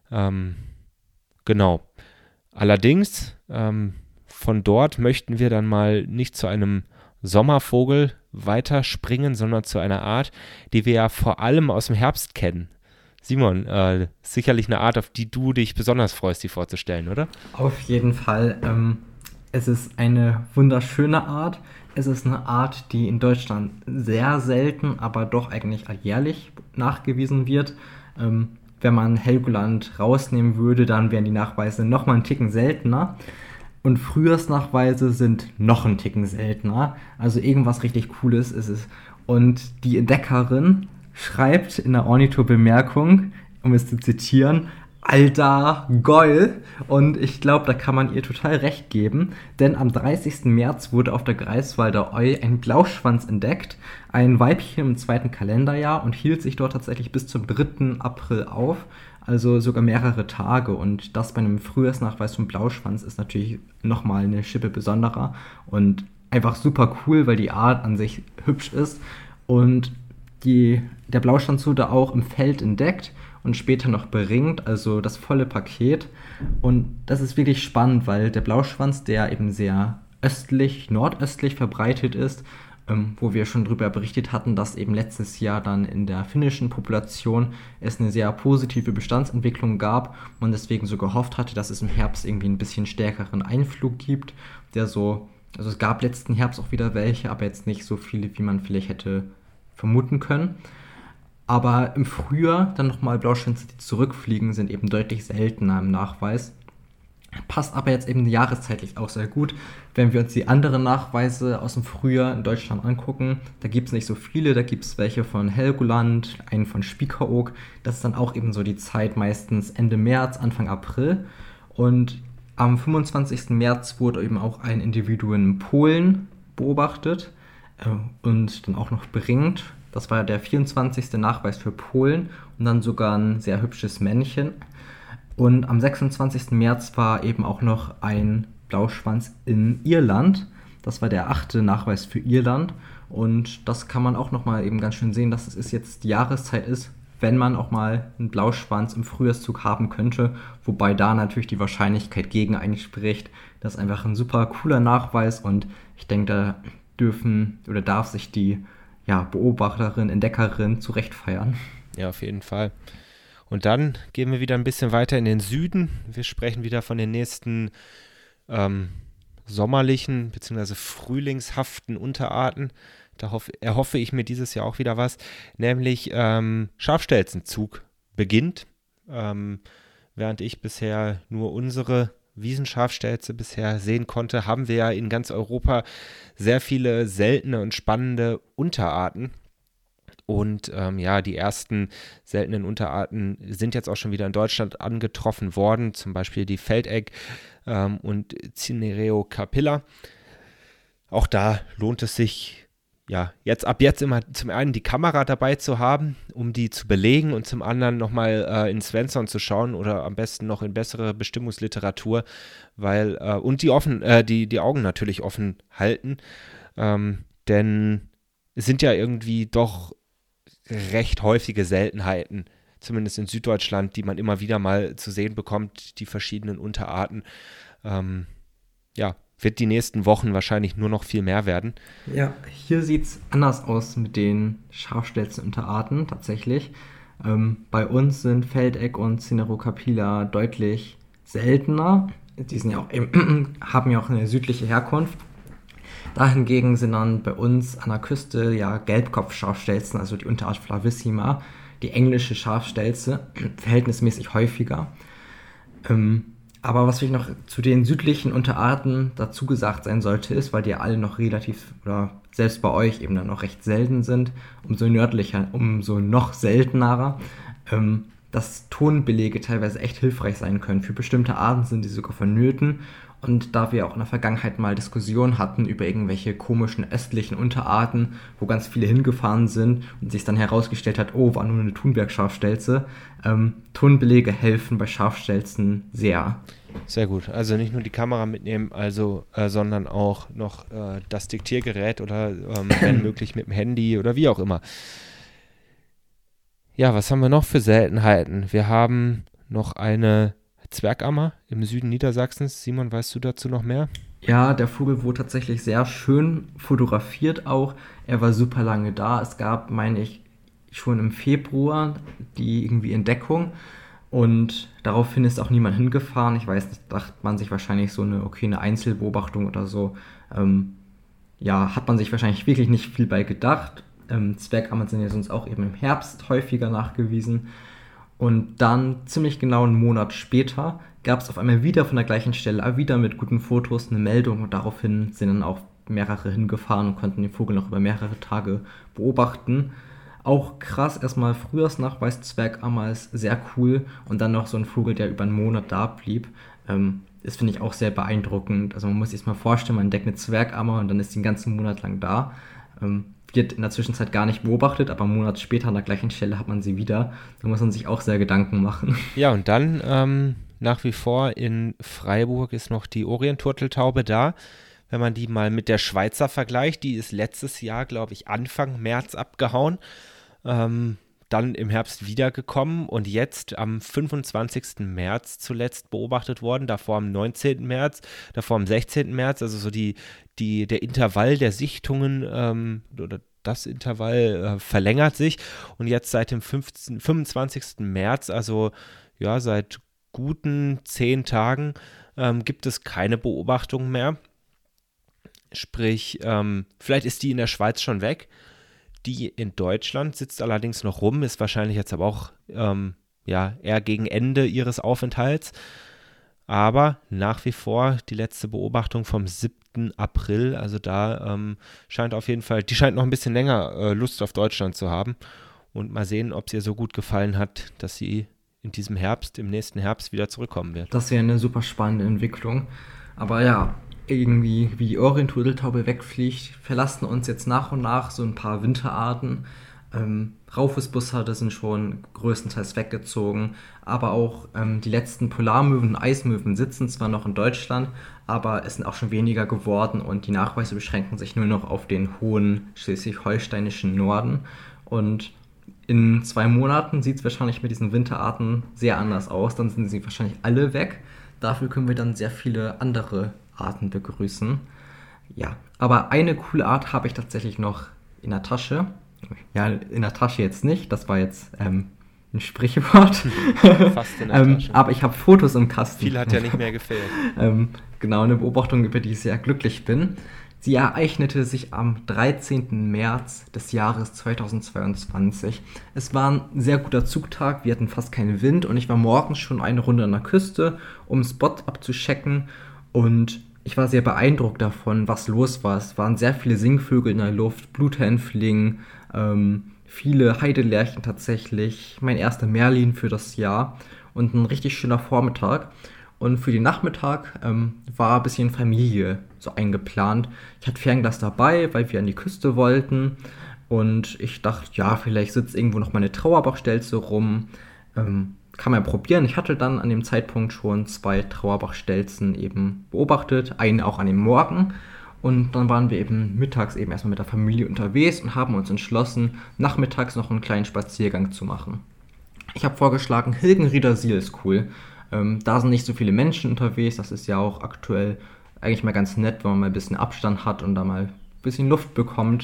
Ähm, genau. Allerdings, ähm, von dort möchten wir dann mal nicht zu einem Sommervogel weiterspringen, sondern zu einer Art, die wir ja vor allem aus dem Herbst kennen. Simon, äh, sicherlich eine Art, auf die du dich besonders freust, die vorzustellen, oder? Auf jeden Fall. Ähm, es ist eine wunderschöne Art. Es ist eine Art, die in Deutschland sehr selten, aber doch eigentlich alljährlich nachgewiesen wird. Ähm, wenn man Helgoland rausnehmen würde, dann wären die Nachweise noch mal einen Ticken seltener. Und Frühjahrsnachweise sind noch einen Ticken seltener. Also irgendwas richtig Cooles ist es. Und die Entdeckerin schreibt in der Ornitho-Bemerkung, um es zu zitieren, Alter, geil. Und ich glaube, da kann man ihr total recht geben, denn am dreißigsten März wurde auf der Greifswalder Eu ein Blauschwanz entdeckt, ein Weibchen im zweiten Kalenderjahr, und hielt sich dort tatsächlich bis zum dritten April auf, also sogar mehrere Tage. Und das bei einem Frühjahrsnachweis vom Blauschwanz ist natürlich nochmal eine Schippe besonderer und einfach super cool, weil die Art an sich hübsch ist. Und die, der Blauschwanz wurde auch im Feld entdeckt und später noch beringt, also das volle Paket. Und das ist wirklich spannend, weil der Blauschwanz, der eben sehr östlich, nordöstlich verbreitet ist, ähm, wo wir schon darüber berichtet hatten, dass eben letztes Jahr dann in der finnischen Population es eine sehr positive Bestandsentwicklung gab und deswegen so gehofft hatte, dass es im Herbst irgendwie ein bisschen stärkeren Einflug gibt, der so, also es gab letzten Herbst auch wieder welche, aber jetzt nicht so viele, wie man vielleicht hätte vermuten können. Aber im Frühjahr dann nochmal Blauschwänze, die zurückfliegen, sind eben deutlich seltener im Nachweis. Passt aber jetzt eben jahreszeitlich auch sehr gut. Wenn wir uns die anderen Nachweise aus dem Frühjahr in Deutschland angucken, da gibt es nicht so viele. Da gibt es welche von Helgoland, einen von Spiekeroog. Das ist dann auch eben so die Zeit, meistens Ende März, Anfang April. Und am fünfundzwanzigsten März wurde eben auch ein Individuum in Polen beobachtet äh, und dann auch noch beringt. Das war der vierundzwanzigste Nachweis für Polen und dann sogar ein sehr hübsches Männchen. Und am sechsundzwanzigsten März war eben auch noch ein Blauschwanz in Irland. Das war der achte Nachweis für Irland. Und das kann man auch nochmal eben ganz schön sehen, dass es jetzt die Jahreszeit ist, wenn man auch mal einen Blauschwanz im Frühjahrszug haben könnte. Wobei da natürlich die Wahrscheinlichkeit gegen einspricht. Das ist einfach ein super cooler Nachweis und ich denke, da dürfen oder darf sich die ja, Beobachterin, Entdeckerin zu Recht feiern. Ja, auf jeden Fall. Und dann gehen wir wieder ein bisschen weiter in den Süden. Wir sprechen wieder von den nächsten ähm, sommerlichen bzw. frühlingshaften Unterarten. Da hoff, erhoffe ich mir dieses Jahr auch wieder was. Nämlich ähm, Schafstelzenzug beginnt. Ähm, während ich bisher nur unsere Wiesenschafstelze bisher sehen konnte, haben wir ja in ganz Europa sehr viele seltene und spannende Unterarten. Und ähm, ja, die ersten seltenen Unterarten sind jetzt auch schon wieder in Deutschland angetroffen worden, zum Beispiel die Feldegg ähm, und Cinereo capilla. Auch da lohnt es sich, ja, jetzt ab jetzt immer zum einen die Kamera dabei zu haben, um die zu belegen und zum anderen nochmal äh, in Svensson zu schauen oder am besten noch in bessere Bestimmungsliteratur, weil, äh, und die offen, äh, die, die Augen natürlich offen halten, ähm, denn es sind ja irgendwie doch recht häufige Seltenheiten, zumindest in Süddeutschland, die man immer wieder mal zu sehen bekommt, die verschiedenen Unterarten. Ähm, ja, wird die nächsten Wochen wahrscheinlich nur noch viel mehr werden. Ja, hier sieht es anders aus mit den Schafstelzenunterarten tatsächlich. Ähm, bei uns sind Feldegg und Cinero capilla deutlich seltener. Die sind ja auch eben, haben ja auch eine südliche Herkunft. Dahingegen sind dann bei uns an der Küste ja Gelbkopfschafstelzen, also die Unterart Flavissima, die englische Schafstelze, verhältnismäßig häufiger. Ähm, aber was vielleicht noch zu den südlichen Unterarten dazu gesagt sein sollte, ist, weil die ja alle noch relativ, oder selbst bei euch eben dann noch recht selten sind, umso nördlicher, umso noch seltener, ähm, dass Tonbelege teilweise echt hilfreich sein können. Für bestimmte Arten sind die sogar vonnöten. Und da wir auch in der Vergangenheit mal Diskussionen hatten über irgendwelche komischen östlichen Unterarten, wo ganz viele hingefahren sind und sich dann herausgestellt hat, oh, war nur eine Thunberg-Schafstelze, ähm, Tonbelege helfen bei Schafstelzen sehr. Sehr gut. Also nicht nur die Kamera mitnehmen, also, äh, sondern auch noch äh, das Diktiergerät oder ähm, wenn möglich mit dem Handy oder wie auch immer. Ja, was haben wir noch für Seltenheiten? Wir haben noch eine Zwergammer im Süden Niedersachsens. Simon, weißt du dazu noch mehr? Ja, der Vogel wurde tatsächlich sehr schön fotografiert auch. Er war super lange da. Es gab, meine ich, schon im Februar die irgendwie Entdeckung. Und daraufhin ist auch niemand hingefahren. Ich weiß nicht, dachte man sich wahrscheinlich so eine, okay, eine Einzelbeobachtung oder so. Ähm, ja, hat man sich wahrscheinlich wirklich nicht viel bei gedacht. Ähm, Zwergammern sind ja sonst auch eben im Herbst häufiger nachgewiesen. Und dann, ziemlich genau einen Monat später, gab es auf einmal wieder von der gleichen Stelle, aber wieder mit guten Fotos, eine Meldung. Und daraufhin sind dann auch mehrere hingefahren und konnten den Vogel noch über mehrere Tage beobachten. Auch krass, erstmal Frühjahrsnachweis Zwergammer ist sehr cool. Und dann noch so ein Vogel, der über einen Monat da blieb. Ähm, das finde ich auch sehr beeindruckend. Also man muss sich das mal vorstellen, man entdeckt eine Zwergammer und dann ist die einen ganzen Monat lang da. Ähm, wird in der Zwischenzeit gar nicht beobachtet, aber einen Monat später an der gleichen Stelle hat man sie wieder. Da muss man sich auch sehr Gedanken machen. Ja, und dann ähm, nach wie vor in Freiburg ist noch die Orientturteltaube da. Wenn man die mal mit der Schweizer vergleicht, die ist letztes Jahr, glaube ich, Anfang März abgehauen. Ähm, dann im Herbst wiedergekommen und jetzt am fünfundzwanzigsten März zuletzt beobachtet worden, davor am neunzehnten März, davor am sechzehnten März, also so die, die, der Intervall der Sichtungen ähm, oder das Intervall äh, verlängert sich und jetzt seit dem fünfzehnten, fünfundzwanzigsten März, also ja, seit guten zehn Tagen ähm, gibt es keine Beobachtung mehr. Sprich, ähm, vielleicht ist die in der Schweiz schon weg. Die in Deutschland sitzt allerdings noch rum, ist wahrscheinlich jetzt aber auch ähm, ja, eher gegen Ende ihres Aufenthalts. Aber nach wie vor die letzte Beobachtung vom siebten April, also da ähm, scheint auf jeden Fall, die scheint noch ein bisschen länger äh, Lust auf Deutschland zu haben. Und mal sehen, ob es ihr so gut gefallen hat, dass sie in diesem Herbst, im nächsten Herbst wieder zurückkommen wird. Das wäre eine super spannende Entwicklung. Aber ja, irgendwie wie die Orientturteltaube wegfliegt, verlassen uns jetzt nach und nach so ein paar Winterarten. Ähm, Raufußbussarde sind schon größtenteils weggezogen, aber auch ähm, die letzten Polarmöwen und Eismöwen sitzen zwar noch in Deutschland, aber es sind auch schon weniger geworden und die Nachweise beschränken sich nur noch auf den hohen schleswig-holsteinischen Norden. Und in zwei Monaten sieht es wahrscheinlich mit diesen Winterarten sehr anders aus, dann sind sie wahrscheinlich alle weg. Dafür können wir dann sehr viele andere Arten begrüßen. Ja, aber eine coole Art habe ich tatsächlich noch in der Tasche. Ja, in der Tasche jetzt nicht, das war jetzt ähm, ein Sprichwort. Fast in der ähm, Tasche. Aber ich habe Fotos im Kasten. Viel hat ja nicht mehr gefehlt. ähm, genau, eine Beobachtung, über die ich sehr glücklich bin. Sie ereignete sich am dreizehnten März des Jahres zweitausendzweiundzwanzig. Es war ein sehr guter Zugtag, wir hatten fast keinen Wind und ich war morgens schon eine Runde an der Küste, um Spot abzuchecken und ich war sehr beeindruckt davon, was los war. Es waren sehr viele Singvögel in der Luft, Bluthänfling, ähm, viele Heidelärchen tatsächlich, mein erster Merlin für das Jahr und ein richtig schöner Vormittag. Und für den Nachmittag ähm, war ein bisschen Familie so eingeplant. Ich hatte Fernglas dabei, weil wir an die Küste wollten. Und ich dachte, ja, vielleicht sitzt irgendwo noch meine Trauerbachstelze rum. Ähm, kann man probieren. Ich hatte dann an dem Zeitpunkt schon zwei Trauerbachstelzen eben beobachtet. Einen auch an dem Morgen. Und dann waren wir eben mittags eben erstmal mit der Familie unterwegs und haben uns entschlossen, nachmittags noch einen kleinen Spaziergang zu machen. Ich habe vorgeschlagen, Hilgenriedersiel ist cool. Ähm, da sind nicht so viele Menschen unterwegs, das ist ja auch aktuell eigentlich mal ganz nett, wenn man mal ein bisschen Abstand hat und da mal ein bisschen Luft bekommt.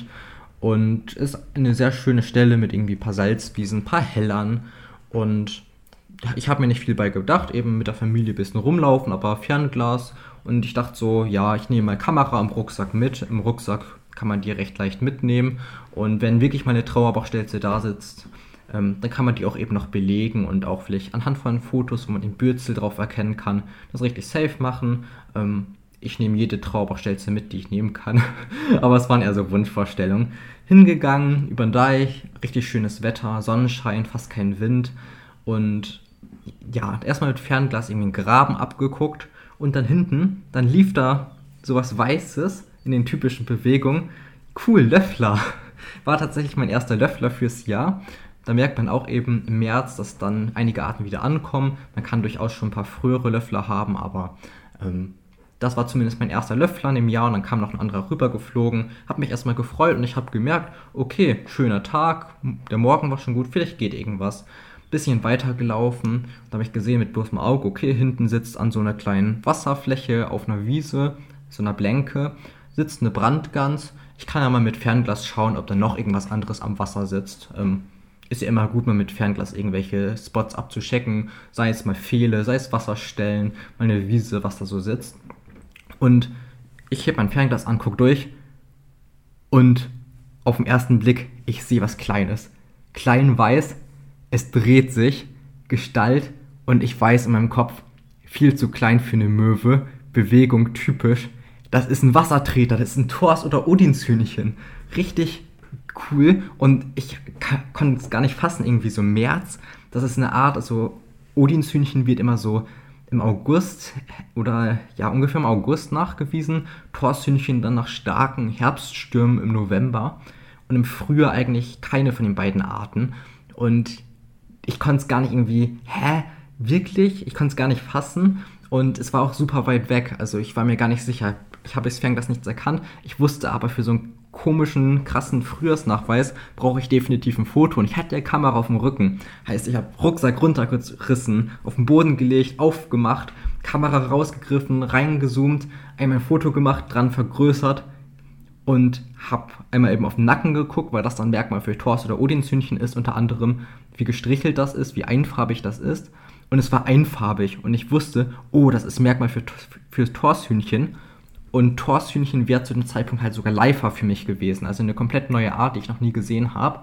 Und ist eine sehr schöne Stelle mit irgendwie ein paar Salzwiesen, ein paar Hellern. Und ich habe mir nicht viel bei gedacht, eben mit der Familie ein bisschen rumlaufen, aber Fernglas. Und ich dachte so, ja, ich nehme mal Kamera im Rucksack mit. Im Rucksack kann man die recht leicht mitnehmen. Und wenn wirklich meine Trauerbachstelze da sitzt, Ähm, dann kann man die auch eben noch belegen und auch vielleicht anhand von Fotos, wo man den Bürzel drauf erkennen kann, das richtig safe machen. Ähm, ich nehme jede Trauerbachstelze mit, die ich nehmen kann. Aber es waren eher so Wunschvorstellungen. Hingegangen, über den Deich, richtig schönes Wetter, Sonnenschein, fast kein Wind. Und ja, erstmal mit Fernglas irgendwie einen Graben abgeguckt. Und dann hinten, dann lief da sowas Weißes in den typischen Bewegungen. Cool, Löffler. War tatsächlich mein erster Löffler fürs Jahr. Da merkt man auch eben im März, dass dann einige Arten wieder ankommen. Man kann durchaus schon ein paar frühere Löffler haben, aber ähm, das war zumindest mein erster Löffler in dem Jahr und dann kam noch ein anderer rübergeflogen. Hab mich erstmal gefreut und ich habe gemerkt, okay, schöner Tag, der Morgen war schon gut, vielleicht geht irgendwas. bisschen weiter gelaufen. Da habe ich gesehen mit bloßem Auge, okay, hinten sitzt an so einer kleinen Wasserfläche auf einer Wiese, so einer Blänke, sitzt eine Brandgans. Ich kann ja mal mit Fernglas schauen, ob da noch irgendwas anderes am Wasser sitzt. Ähm, ist ja immer gut, mal mit Fernglas irgendwelche Spots abzuchecken, sei es mal Pfähle, sei es Wasserstellen, mal eine Wiese, was da so sitzt. Und ich heb mein Fernglas an, guck durch und auf den ersten Blick, ich sehe was Kleines. Klein weiß, es dreht sich, Gestalt, und ich weiß in meinem Kopf, viel zu klein für eine Möwe, Bewegung typisch. Das ist ein Wassertreter, das ist ein Thors- oder Odinshühnchen. Richtig cool, und ich konnte es gar nicht fassen, irgendwie so März. Das ist eine Art, also Odinshühnchen wird immer so im August oder ja ungefähr im August nachgewiesen, Thorshühnchen dann nach starken Herbststürmen im November und im Frühjahr eigentlich keine von den beiden Arten. Und ich konnte es gar nicht irgendwie, hä, wirklich? Ich konnte es gar nicht fassen, und es war auch super weit weg, also ich war mir gar nicht sicher. Ich habe das Fernglas nichts erkannt, ich wusste aber, für so einen komischen, krassen Frühjahrsnachweis brauche ich definitiv ein Foto, und ich hatte die Kamera auf dem Rücken. Heißt, ich habe Rucksack runtergerissen, auf den Boden gelegt, aufgemacht, Kamera rausgegriffen, reingezoomt, einmal ein Foto gemacht, dran vergrößert und habe einmal eben auf den Nacken geguckt, weil das dann Merkmal für Thors- oder Odinshühnchen ist, unter anderem, wie gestrichelt das ist, wie einfarbig das ist. Und es war einfarbig, und ich wusste, oh, das ist Merkmal für, für Thorshühnchen. Und Thorshühnchen wäre zu dem Zeitpunkt halt sogar Leifer für mich gewesen. Also eine komplett neue Art, die ich noch nie gesehen habe.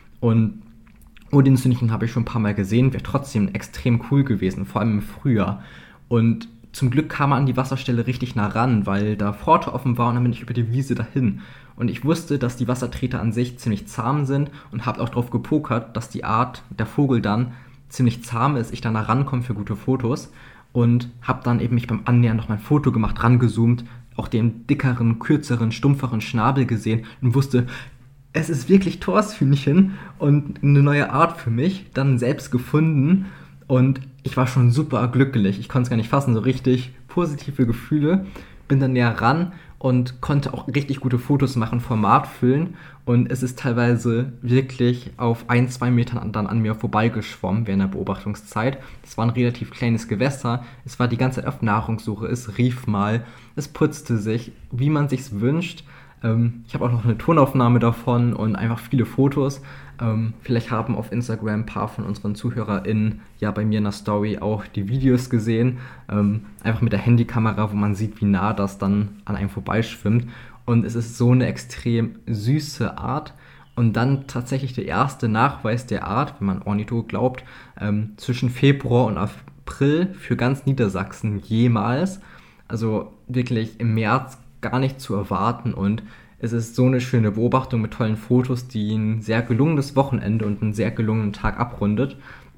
Und Odinshühnchen habe ich schon ein paar Mal gesehen, wäre trotzdem extrem cool gewesen, vor allem im Frühjahr. Und zum Glück kam man an die Wasserstelle richtig nah ran, weil da Pforte offen war, und dann bin ich über die Wiese dahin. Und ich wusste, dass die Wassertreter an sich ziemlich zahm sind, und habe auch drauf gepokert, dass die Art, der Vogel dann, ziemlich zahm ist, ich da nah rankomme für gute Fotos. Und habe dann eben mich beim Annähern noch mal ein Foto gemacht, rangezoomt, auch den dickeren, kürzeren, stumpferen Schnabel gesehen und wusste, es ist wirklich Thorshühnchen und eine neue Art für mich, dann selbst gefunden, und ich war schon super glücklich. Ich konnte es gar nicht fassen, so richtig positive Gefühle. Bin dann näher ran und konnte auch richtig gute Fotos machen, Format füllen, und es ist teilweise wirklich auf ein, zwei Metern dann an mir vorbeigeschwommen während der Beobachtungszeit. Es war ein relativ kleines Gewässer, es war die ganze Zeit auf Nahrungssuche, es rief mal, es putzte sich, wie man sich's wünscht. Ähm, ich habe auch noch eine Tonaufnahme davon und einfach viele Fotos. Ähm, vielleicht haben auf Instagram ein paar von unseren ZuhörerInnen ja bei mir in der Story auch die Videos gesehen. Ähm, einfach mit der Handykamera, wo man sieht, wie nah das dann an einem vorbeischwimmt. Und es ist so eine extrem süße Art. Und dann tatsächlich der erste Nachweis der Art, wenn man Ornitho glaubt, ähm, zwischen Februar und April für ganz Niedersachsen jemals. Also wirklich im März gar nicht zu erwarten, und es ist so eine schöne Beobachtung mit tollen Fotos, die ein sehr gelungenes Wochenende und einen sehr gelungenen Tag abrundet.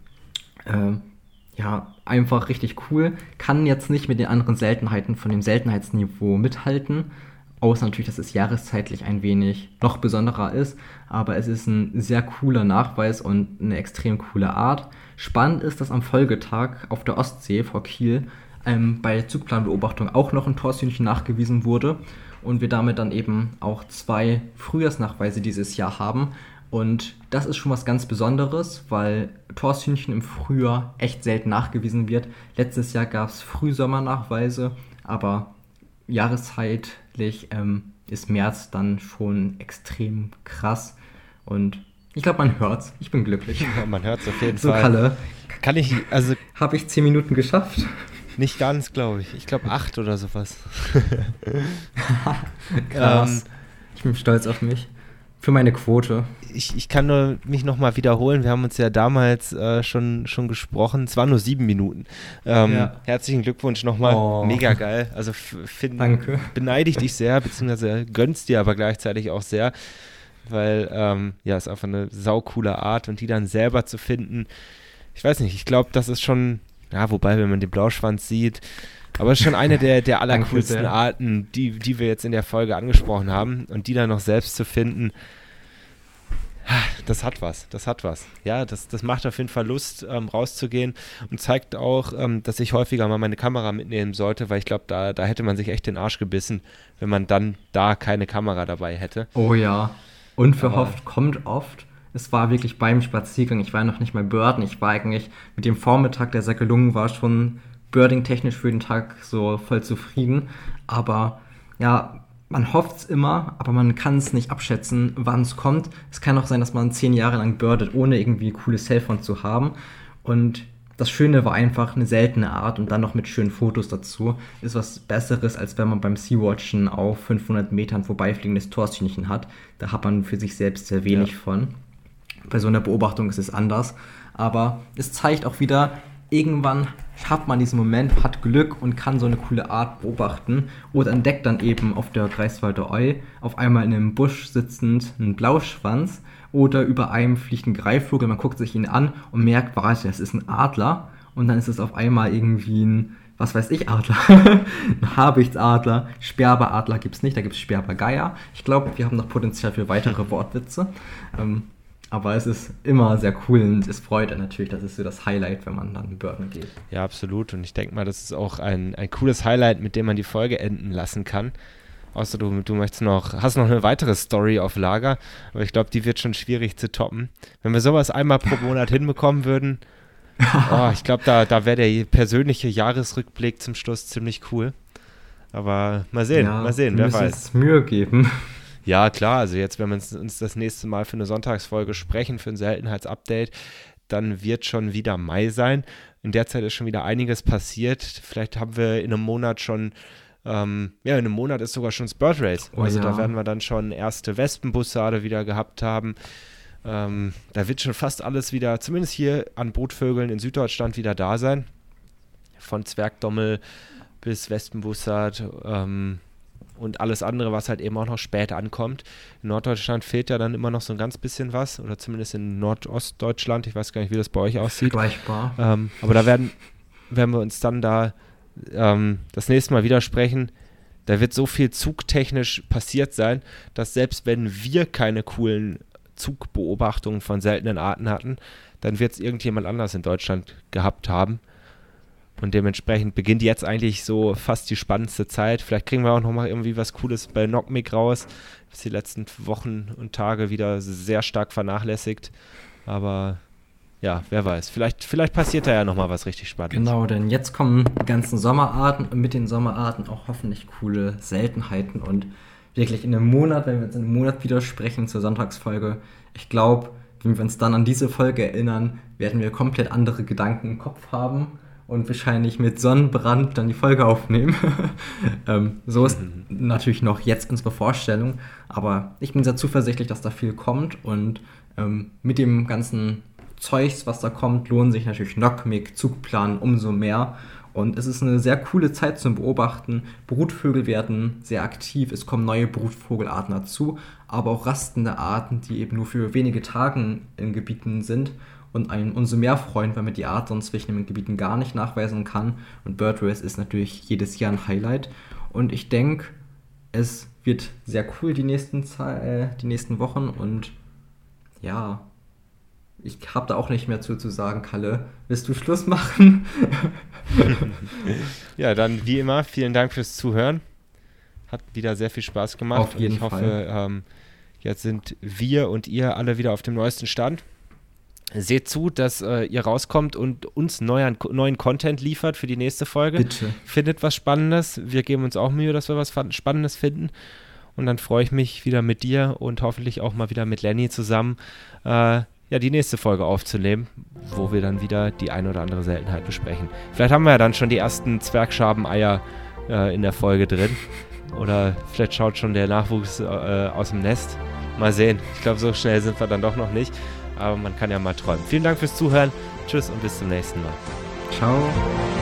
Äh, ja, einfach richtig cool. Kann jetzt nicht mit den anderen Seltenheiten von dem Seltenheitsniveau mithalten, außer natürlich, dass es jahreszeitlich ein wenig noch besonderer ist, aber es ist ein sehr cooler Nachweis und eine extrem coole Art. Spannend ist, dass am Folgetag auf der Ostsee vor Kiel ähm, bei Zugplanbeobachtung auch noch ein Thorshühnchen nachgewiesen wurde und wir damit dann eben auch zwei Frühjahrsnachweise dieses Jahr haben. Und das ist schon was ganz Besonderes, weil Thorshühnchen im Frühjahr echt selten nachgewiesen wird. Letztes Jahr gab es Frühsommernachweise, aber jahreszeitlich ähm, ist März dann schon extrem krass. Und ich glaube, man hört's. Ich bin glücklich. Ja, man hört's auf jeden so, Fall. Kalle. Kann ich, also... Habe ich zehn Minuten geschafft? Nicht ganz, glaube ich. Ich glaube acht oder sowas. Krass. Ähm, ich bin stolz auf mich. Für meine Quote. Ich, ich kann nur mich nochmal wiederholen. Wir haben uns ja damals äh, schon, schon gesprochen. Es waren nur sieben Minuten. Ähm, ja. Herzlichen Glückwunsch nochmal. Oh. Mega geil. Also find, Danke. Beneide ich dich sehr, beziehungsweise gönn's dir aber gleichzeitig auch sehr. Weil, ähm, ja, es ist einfach eine saukoole Art und die dann selber zu finden. Ich weiß nicht, ich glaube, das ist schon, ja, wobei, wenn man den Blauschwanz sieht, aber es ist schon eine der, der allercoolsten Arten, die, die wir jetzt in der Folge angesprochen haben. Und die dann noch selbst zu finden, das hat was, das hat was. Ja, das, das macht auf jeden Fall Lust, ähm, rauszugehen und zeigt auch, ähm, dass ich häufiger mal meine Kamera mitnehmen sollte, weil ich glaube, da, da hätte man sich echt den Arsch gebissen, wenn man dann da keine Kamera dabei hätte. Oh ja, unverhofft aber kommt oft. es war wirklich beim Spaziergang, ich war noch nicht mal Birden, ich war eigentlich mit dem Vormittag, der sehr gelungen war, schon birding-technisch für den Tag so voll zufrieden. Aber ja, man hofft es immer, aber man kann es nicht abschätzen, wann es kommt. Es kann auch sein, dass man zehn Jahre lang birdet, ohne irgendwie ein cooles Cellphone zu haben. Und das Schöne war einfach eine seltene Art und dann noch mit schönen Fotos dazu. Ist was Besseres, als wenn man beim Sea-Watchen auf fünfhundert Metern vorbeifliegendes Torstchenchen hat. Da hat man für sich selbst sehr wenig ja. von. Bei so einer Beobachtung ist es anders. Aber es zeigt auch wieder, irgendwann hat man diesen Moment, hat Glück und kann so eine coole Art beobachten oder entdeckt dann eben auf der Greifswalder Eu auf einmal in einem Busch sitzend einen Blauschwanz oder über einem fliegt ein Greifvogel, man guckt sich ihn an und merkt, warte, das ist ein Adler und dann ist es auf einmal irgendwie ein, was weiß ich, Adler, ein Habichtsadler, Sperberadler gibt es nicht, da gibt es Sperbergeier. Ich glaube, wir haben noch Potenzial für weitere Wortwitze. Ähm, Aber es ist immer sehr cool und es freut einen natürlich, das ist so das Highlight, wenn man dann birden geht. Ja, absolut. Und ich denke mal, das ist auch ein, ein cooles Highlight, mit dem man die Folge enden lassen kann. Außer du, du möchtest noch, hast noch eine weitere Story auf Lager, aber ich glaube, die wird schon schwierig zu toppen. Wenn wir sowas einmal pro Monat hinbekommen würden, oh, ich glaube, da, da wäre der persönliche Jahresrückblick zum Schluss ziemlich cool. Aber mal sehen, ja, mal sehen, wer weiß. Wir müssen uns Mühe geben. Ja, klar, also jetzt, wenn wir uns das nächste Mal für eine Sonntagsfolge sprechen, für ein Seltenheitsupdate, dann wird schon wieder Mai sein. In der Zeit ist schon wieder einiges passiert. Vielleicht haben wir in einem Monat schon, ähm, ja, in einem Monat ist sogar schon das Bird Race. Oh, also ja. Da werden wir dann schon erste Wespenbussarde wieder gehabt haben. Ähm, da wird schon fast alles wieder, zumindest hier an Brutvögeln in Süddeutschland wieder da sein. Von Zwergdommel bis Wespenbussard, ähm, und alles andere, was halt eben auch noch später ankommt. In Norddeutschland fehlt ja dann immer noch so ein ganz bisschen was, oder zumindest in Nordostdeutschland. Ich weiß gar nicht, wie das bei euch aussieht. Vergleichbar. Ähm, aber da werden, werden wir uns dann da ähm, das nächste Mal wieder sprechen. Da wird so viel zugtechnisch passiert sein, dass selbst wenn wir keine coolen Zugbeobachtungen von seltenen Arten hatten, dann wird es irgendjemand anders in Deutschland gehabt haben. Und dementsprechend beginnt jetzt eigentlich so fast die spannendste Zeit. Vielleicht kriegen wir auch nochmal irgendwie was Cooles bei Knockmic raus. Das ist die letzten Wochen und Tage wieder sehr stark vernachlässigt. Aber ja, wer weiß. Vielleicht, vielleicht passiert da ja nochmal was richtig Spannendes. Genau, denn jetzt kommen die ganzen Sommerarten und mit den Sommerarten auch hoffentlich coole Seltenheiten. Und wirklich in einem Monat, wenn wir uns in einem Monat wieder sprechen zur Sonntagsfolge, ich glaube, wenn wir uns dann an diese Folge erinnern, werden wir komplett andere Gedanken im Kopf haben. Und wahrscheinlich mit Sonnenbrand dann die Folge aufnehmen. ähm, so ist mhm. natürlich noch jetzt unsere Vorstellung. Aber ich bin sehr zuversichtlich, dass da viel kommt. Und ähm, mit dem ganzen Zeugs, was da kommt, lohnen sich natürlich Knockmic, Zugplan umso mehr. Und es ist eine sehr coole Zeit zum Beobachten. Brutvögel werden sehr aktiv. Es kommen neue Brutvogelarten dazu. Aber auch rastende Arten, die eben nur für wenige Tage in Gebieten sind. Und einen umso mehr freuen, weil man die Art sonst zwischen den Gebieten gar nicht nachweisen kann. Und Bird Race ist natürlich jedes Jahr ein Highlight. Und ich denke, es wird sehr cool die nächsten, äh, die nächsten Wochen. Und ja, ich habe da auch nicht mehr zu, zu sagen, Kalle. Willst du Schluss machen? Ja, dann wie immer, vielen Dank fürs Zuhören. Hat wieder sehr viel Spaß gemacht. Auf jeden ich hoffe, Fall. Ähm, jetzt sind wir und ihr alle wieder auf dem neuesten Stand. Seht zu, dass äh, ihr rauskommt und uns neuen, neuen Content liefert für die nächste Folge. Bitte. Findet was Spannendes. Wir geben uns auch Mühe, dass wir was Spannendes finden. Und dann freue ich mich wieder mit dir und hoffentlich auch mal wieder mit Lenny zusammen äh, ja, die nächste Folge aufzunehmen, wo wir dann wieder die eine oder andere Seltenheit besprechen. Vielleicht haben wir ja dann schon die ersten Zwergschabeneier äh, in der Folge drin. Oder vielleicht schaut schon der Nachwuchs äh, aus dem Nest. Mal sehen. Ich glaube, so schnell sind wir dann doch noch nicht. Aber man kann ja mal träumen. Vielen Dank fürs Zuhören. Tschüss und bis zum nächsten Mal. Ciao.